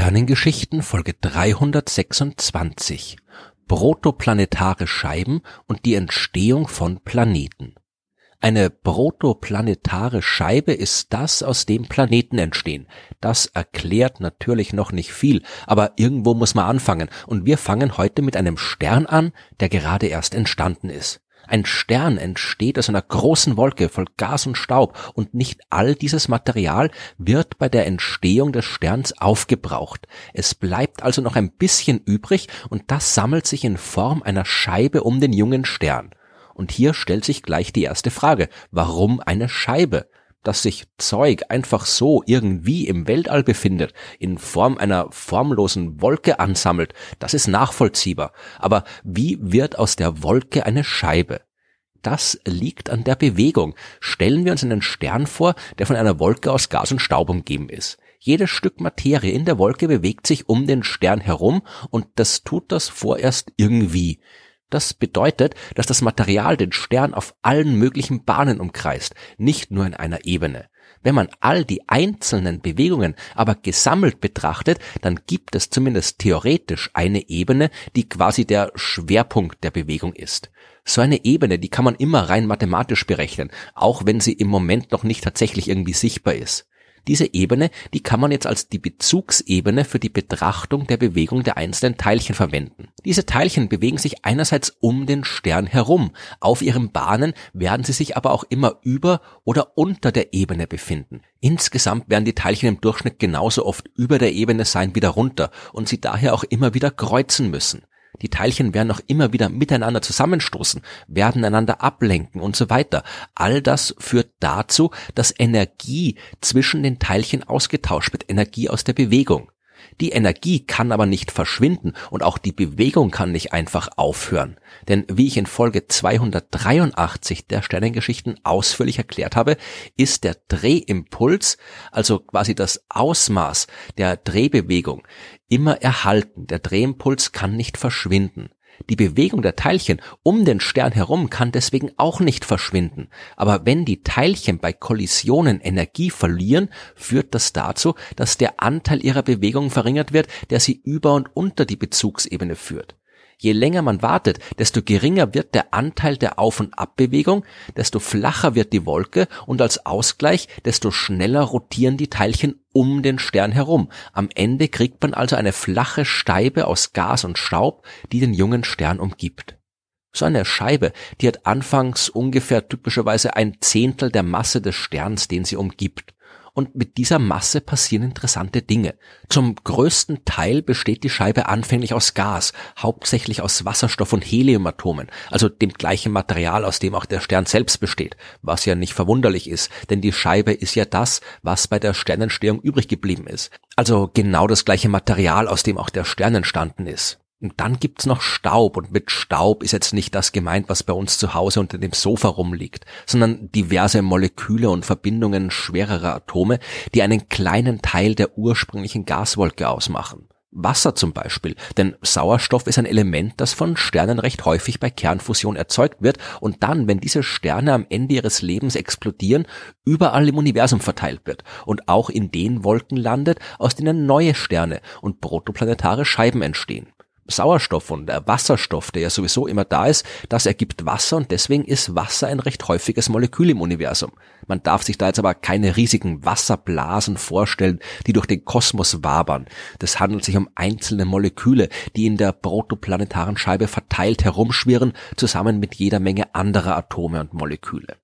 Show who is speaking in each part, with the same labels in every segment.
Speaker 1: Sternengeschichten Folge 326 Protoplanetare Scheiben und die Entstehung von Planeten. Eine protoplanetare Scheibe ist das, aus dem Planeten entstehen. Das erklärt natürlich noch nicht viel, aber irgendwo muss man anfangen und wir fangen heute mit einem Stern an, der gerade erst entstanden ist. Ein Stern entsteht aus einer großen Wolke voll Gas und Staub und nicht all dieses Material wird bei der Entstehung des Sterns aufgebraucht. Es bleibt also noch ein bisschen übrig und das sammelt sich in Form einer Scheibe um den jungen Stern. Und hier stellt sich gleich die erste Frage: Warum eine Scheibe? Dass sich Zeug einfach so irgendwie im Weltall befindet, in Form einer formlosen Wolke ansammelt, das ist nachvollziehbar. Aber wie wird aus der Wolke eine Scheibe? Das liegt an der Bewegung. Stellen wir uns einen Stern vor, der von einer Wolke aus Gas und Staub umgeben ist. Jedes Stück Materie in der Wolke bewegt sich um den Stern herum und das tut das vorerst irgendwie. Das bedeutet, dass das Material den Stern auf allen möglichen Bahnen umkreist, nicht nur in einer Ebene. Wenn man all die einzelnen Bewegungen aber gesammelt betrachtet, dann gibt es zumindest theoretisch eine Ebene, die quasi der Schwerpunkt der Bewegung ist. So eine Ebene, die kann man immer rein mathematisch berechnen, auch wenn sie im Moment noch nicht tatsächlich irgendwie sichtbar ist. Diese Ebene, die kann man jetzt als die Bezugsebene für die Betrachtung der Bewegung der einzelnen Teilchen verwenden. Diese Teilchen bewegen sich einerseits um den Stern herum. Auf ihren Bahnen werden sie sich aber auch immer über oder unter der Ebene befinden. Insgesamt werden die Teilchen im Durchschnitt genauso oft über der Ebene sein wie darunter und sie daher auch immer wieder kreuzen müssen. Die Teilchen werden auch immer wieder miteinander zusammenstoßen, werden einander ablenken und so weiter. All das führt dazu, dass Energie zwischen den Teilchen ausgetauscht wird, Energie aus der Bewegung. Die Energie kann aber nicht verschwinden und auch die Bewegung kann nicht einfach aufhören. Denn wie ich in Folge 283 der Sternengeschichten ausführlich erklärt habe, ist der Drehimpuls, also quasi das Ausmaß der Drehbewegung, immer erhalten. Der Drehimpuls kann nicht verschwinden. Die Bewegung der Teilchen um den Stern herum kann deswegen auch nicht verschwinden. Aber wenn die Teilchen bei Kollisionen Energie verlieren, führt das dazu, dass der Anteil ihrer Bewegung verringert wird, der sie über und unter die Bezugsebene führt. Je länger man wartet, desto geringer wird der Anteil der Auf- und Abbewegung, desto flacher wird die Wolke und als Ausgleich, desto schneller rotieren die Teilchen um den Stern herum. Am Ende kriegt man also eine flache Scheibe aus Gas und Staub, die den jungen Stern umgibt. So eine Scheibe, die hat anfangs ungefähr typischerweise 1/10 der Masse des Sterns, den sie umgibt. Und mit dieser Masse passieren interessante Dinge. Zum größten Teil besteht die Scheibe anfänglich aus Gas, hauptsächlich aus Wasserstoff- und Heliumatomen, also dem gleichen Material, aus dem auch der Stern selbst besteht, was ja nicht verwunderlich ist, denn die Scheibe ist ja das, was bei der Sternentstehung übrig geblieben ist. Also genau das gleiche Material, aus dem auch der Stern entstanden ist. Und dann gibt's noch Staub und mit Staub ist jetzt nicht das gemeint, was bei uns zu Hause unter dem Sofa rumliegt, sondern diverse Moleküle und Verbindungen schwererer Atome, die einen kleinen Teil der ursprünglichen Gaswolke ausmachen. Wasser zum Beispiel, denn Sauerstoff ist ein Element, das von Sternen recht häufig bei Kernfusion erzeugt wird und dann, wenn diese Sterne am Ende ihres Lebens explodieren, überall im Universum verteilt wird und auch in den Wolken landet, aus denen neue Sterne und protoplanetare Scheiben entstehen. Sauerstoff und der Wasserstoff, der ja sowieso immer da ist, das ergibt Wasser und deswegen ist Wasser ein recht häufiges Molekül im Universum. Man darf sich da jetzt aber keine riesigen Wasserblasen vorstellen, die durch den Kosmos wabern. Das handelt sich um einzelne Moleküle, die in der protoplanetaren Scheibe verteilt herumschwirren, zusammen mit jeder Menge anderer Atome und Moleküle.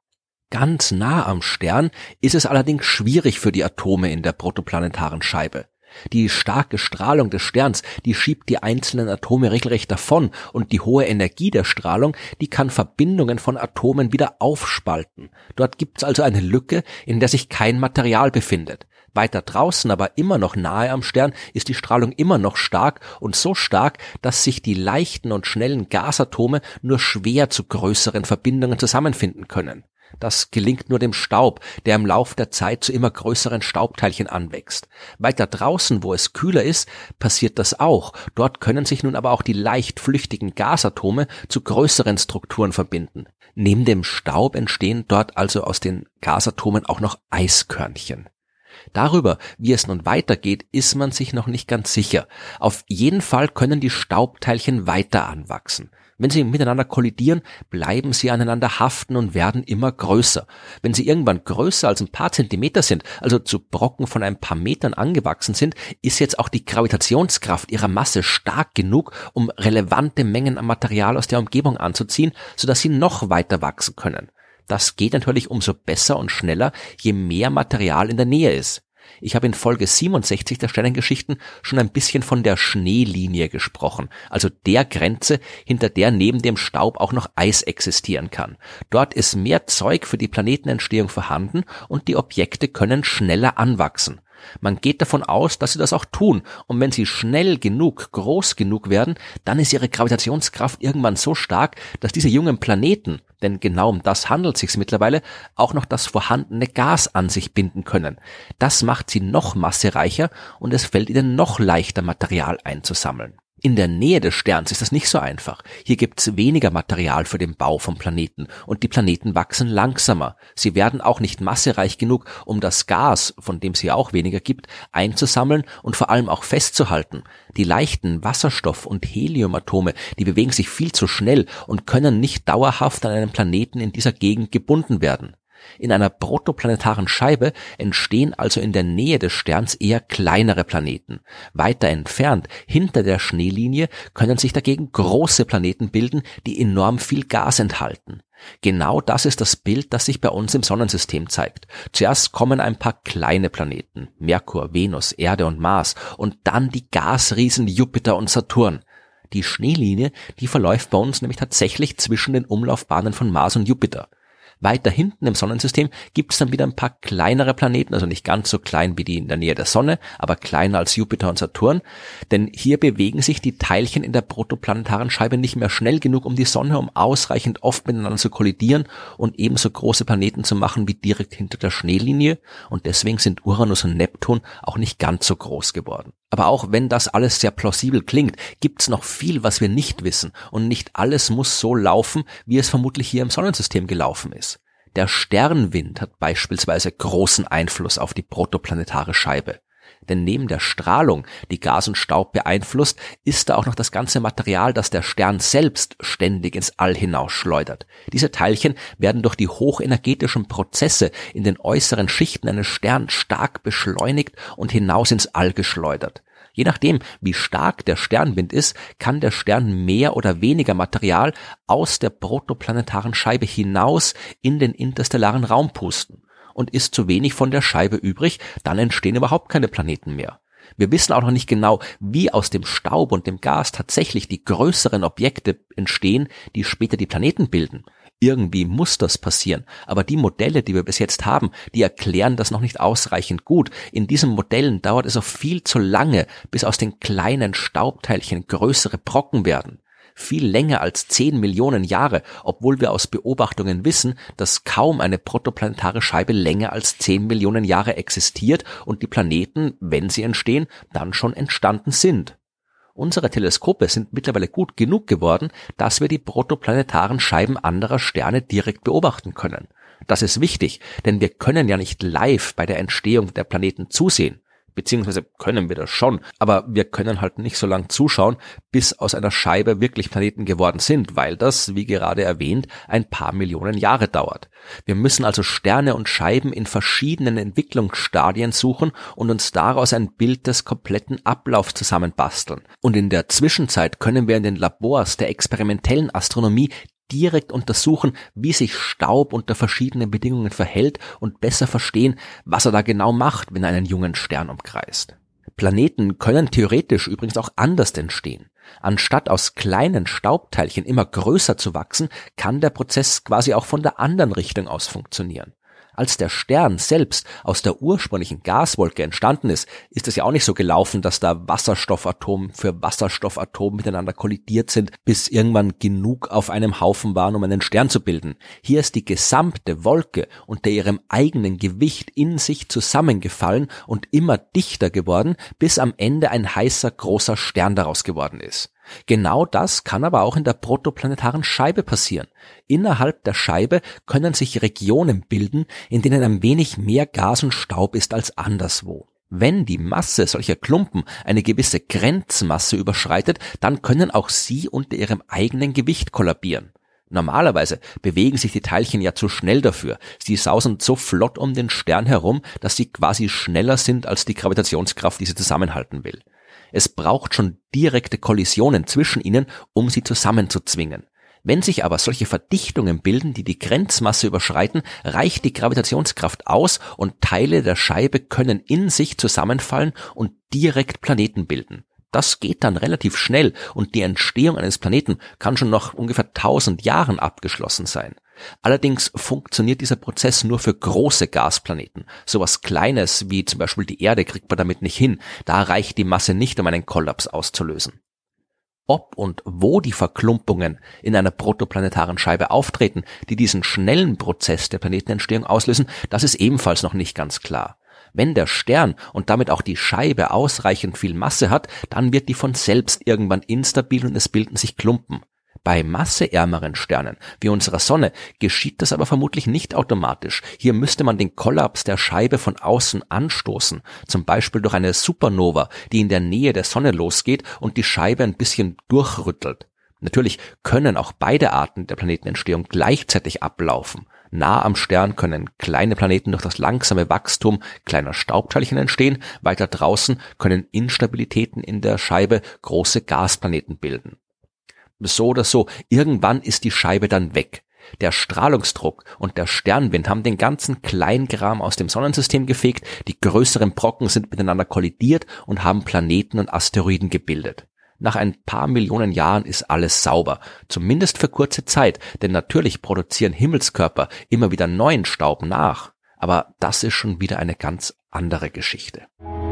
Speaker 1: Ganz nah am Stern ist es allerdings schwierig für die Atome in der protoplanetaren Scheibe. Die starke Strahlung des Sterns, die schiebt die einzelnen Atome regelrecht davon und die hohe Energie der Strahlung, die kann Verbindungen von Atomen wieder aufspalten. Dort gibt's also eine Lücke, in der sich kein Material befindet. Weiter draußen, aber immer noch nahe am Stern, ist die Strahlung immer noch stark und so stark, dass sich die leichten und schnellen Gasatome nur schwer zu größeren Verbindungen zusammenfinden können. Das gelingt nur dem Staub, der im Lauf der Zeit zu immer größeren Staubteilchen anwächst. Weiter draußen, wo es kühler ist, passiert das auch. Dort können sich nun aber auch die leicht flüchtigen Gasatome zu größeren Strukturen verbinden. Neben dem Staub entstehen dort also aus den Gasatomen auch noch Eiskörnchen. Darüber, wie es nun weitergeht, ist man sich noch nicht ganz sicher. Auf jeden Fall können die Staubteilchen weiter anwachsen. Wenn sie miteinander kollidieren, bleiben sie aneinander haften und werden immer größer. Wenn sie irgendwann größer als ein paar Zentimeter sind, also zu Brocken von ein paar Metern angewachsen sind, ist jetzt auch die Gravitationskraft ihrer Masse stark genug, um relevante Mengen an Material aus der Umgebung anzuziehen, sodass sie noch weiter wachsen können. Das geht natürlich umso besser und schneller, je mehr Material in der Nähe ist. Ich habe in Folge 67 der Sternengeschichten schon ein bisschen von der Schneelinie gesprochen, also der Grenze, hinter der neben dem Staub auch noch Eis existieren kann. Dort ist mehr Zeug für die Planetenentstehung vorhanden und die Objekte können schneller anwachsen. Man geht davon aus, dass sie das auch tun, und wenn sie schnell genug, groß genug werden, dann ist ihre Gravitationskraft irgendwann so stark, dass diese jungen Planeten, denn genau um das handelt es sich mittlerweile, auch noch das vorhandene Gas an sich binden können. Das macht sie noch massereicher und es fällt ihnen noch leichter, Material einzusammeln. In der Nähe des Sterns ist das nicht so einfach. Hier gibt's weniger Material für den Bau von Planeten und die Planeten wachsen langsamer. Sie werden auch nicht massereich genug, um das Gas, von dem es hier auch weniger gibt, einzusammeln und vor allem auch festzuhalten. Die leichten Wasserstoff- und Heliumatome, die bewegen sich viel zu schnell und können nicht dauerhaft an einen Planeten in dieser Gegend gebunden werden. In einer protoplanetaren Scheibe entstehen also in der Nähe des Sterns eher kleinere Planeten. Weiter entfernt, hinter der Schneelinie, können sich dagegen große Planeten bilden, die enorm viel Gas enthalten. Genau das ist das Bild, das sich bei uns im Sonnensystem zeigt. Zuerst kommen ein paar kleine Planeten, Merkur, Venus, Erde und Mars, und dann die Gasriesen Jupiter und Saturn. Die Schneelinie, die verläuft bei uns nämlich tatsächlich zwischen den Umlaufbahnen von Mars und Jupiter. Weiter hinten im Sonnensystem gibt es dann wieder ein paar kleinere Planeten, also nicht ganz so klein wie die in der Nähe der Sonne, aber kleiner als Jupiter und Saturn, denn hier bewegen sich die Teilchen in der protoplanetaren Scheibe nicht mehr schnell genug um die Sonne, um ausreichend oft miteinander zu kollidieren und ebenso große Planeten zu machen wie direkt hinter der Schneelinie, und deswegen sind Uranus und Neptun auch nicht ganz so groß geworden. Aber auch wenn das alles sehr plausibel klingt, gibt's noch viel, was wir nicht wissen, und nicht alles muss so laufen, wie es vermutlich hier im Sonnensystem gelaufen ist. Der Sternwind hat beispielsweise großen Einfluss auf die protoplanetare Scheibe. Denn neben der Strahlung, die Gas und Staub beeinflusst, ist da auch noch das ganze Material, das der Stern selbst ständig ins All hinausschleudert. Diese Teilchen werden durch die hochenergetischen Prozesse in den äußeren Schichten eines Sterns stark beschleunigt und hinaus ins All geschleudert. Je nachdem, wie stark der Sternwind ist, kann der Stern mehr oder weniger Material aus der protoplanetaren Scheibe hinaus in den interstellaren Raum pusten. Und ist zu wenig von der Scheibe übrig, dann entstehen überhaupt keine Planeten mehr. Wir wissen auch noch nicht genau, wie aus dem Staub und dem Gas tatsächlich die größeren Objekte entstehen, die später die Planeten bilden. Irgendwie muss das passieren, aber die Modelle, die wir bis jetzt haben, die erklären das noch nicht ausreichend gut. In diesen Modellen dauert es auch viel zu lange, bis aus den kleinen Staubteilchen größere Brocken werden. Viel länger als 10 Millionen Jahre, obwohl wir aus Beobachtungen wissen, dass kaum eine protoplanetare Scheibe länger als 10 Millionen Jahre existiert und die Planeten, wenn sie entstehen, dann schon entstanden sind. Unsere Teleskope sind mittlerweile gut genug geworden, dass wir die protoplanetaren Scheiben anderer Sterne direkt beobachten können. Das ist wichtig, denn wir können ja nicht live bei der Entstehung der Planeten zusehen. Beziehungsweise können wir das schon, aber wir können halt nicht so lange zuschauen, bis aus einer Scheibe wirklich Planeten geworden sind, weil das, wie gerade erwähnt, ein paar Millionen Jahre dauert. Wir müssen also Sterne und Scheiben in verschiedenen Entwicklungsstadien suchen und uns daraus ein Bild des kompletten Ablaufs zusammenbasteln. Und in der Zwischenzeit können wir in den Labors der experimentellen Astronomie direkt untersuchen, wie sich Staub unter verschiedenen Bedingungen verhält und besser verstehen, was er da genau macht, wenn er einen jungen Stern umkreist. Planeten können theoretisch übrigens auch anders entstehen. Anstatt aus kleinen Staubteilchen immer größer zu wachsen, kann der Prozess quasi auch von der anderen Richtung aus funktionieren. Als der Stern selbst aus der ursprünglichen Gaswolke entstanden ist, ist es ja auch nicht so gelaufen, dass da Wasserstoffatom für Wasserstoffatom miteinander kollidiert sind, bis irgendwann genug auf einem Haufen waren, um einen Stern zu bilden. Hier ist die gesamte Wolke unter ihrem eigenen Gewicht in sich zusammengefallen und immer dichter geworden, bis am Ende ein heißer, großer Stern daraus geworden ist. Genau das kann aber auch in der protoplanetaren Scheibe passieren. Innerhalb der Scheibe können sich Regionen bilden, in denen ein wenig mehr Gas und Staub ist als anderswo. Wenn die Masse solcher Klumpen eine gewisse Grenzmasse überschreitet, dann können auch sie unter ihrem eigenen Gewicht kollabieren. Normalerweise bewegen sich die Teilchen ja zu schnell dafür. Sie sausen so flott um den Stern herum, dass sie quasi schneller sind als die Gravitationskraft, die sie zusammenhalten will. Es braucht schon direkte Kollisionen zwischen ihnen, um sie zusammenzuzwingen. Wenn sich aber solche Verdichtungen bilden, die die Grenzmasse überschreiten, reicht die Gravitationskraft aus und Teile der Scheibe können in sich zusammenfallen und direkt Planeten bilden. Das geht dann relativ schnell und die Entstehung eines Planeten kann schon nach ungefähr 1000 Jahren abgeschlossen sein. Allerdings funktioniert dieser Prozess nur für große Gasplaneten. Sowas Kleines wie zum Beispiel die Erde kriegt man damit nicht hin. Da reicht die Masse nicht, um einen Kollaps auszulösen. Ob und wo die Verklumpungen in einer protoplanetaren Scheibe auftreten, die diesen schnellen Prozess der Planetenentstehung auslösen, das ist ebenfalls noch nicht ganz klar. Wenn der Stern und damit auch die Scheibe ausreichend viel Masse hat, dann wird die von selbst irgendwann instabil und es bilden sich Klumpen. Bei masseärmeren Sternen, wie unserer Sonne, geschieht das aber vermutlich nicht automatisch. Hier müsste man den Kollaps der Scheibe von außen anstoßen, zum Beispiel durch eine Supernova, die in der Nähe der Sonne losgeht und die Scheibe ein bisschen durchrüttelt. Natürlich können auch beide Arten der Planetenentstehung gleichzeitig ablaufen. Nah am Stern können kleine Planeten durch das langsame Wachstum kleiner Staubteilchen entstehen, weiter draußen können Instabilitäten in der Scheibe große Gasplaneten bilden. So oder so, irgendwann ist die Scheibe dann weg. Der Strahlungsdruck und der Sternwind haben den ganzen Kleinkram aus dem Sonnensystem gefegt, die größeren Brocken sind miteinander kollidiert und haben Planeten und Asteroiden gebildet. Nach ein paar Millionen Jahren ist alles sauber, zumindest für kurze Zeit, denn natürlich produzieren Himmelskörper immer wieder neuen Staub nach. Aber das ist schon wieder eine ganz andere Geschichte.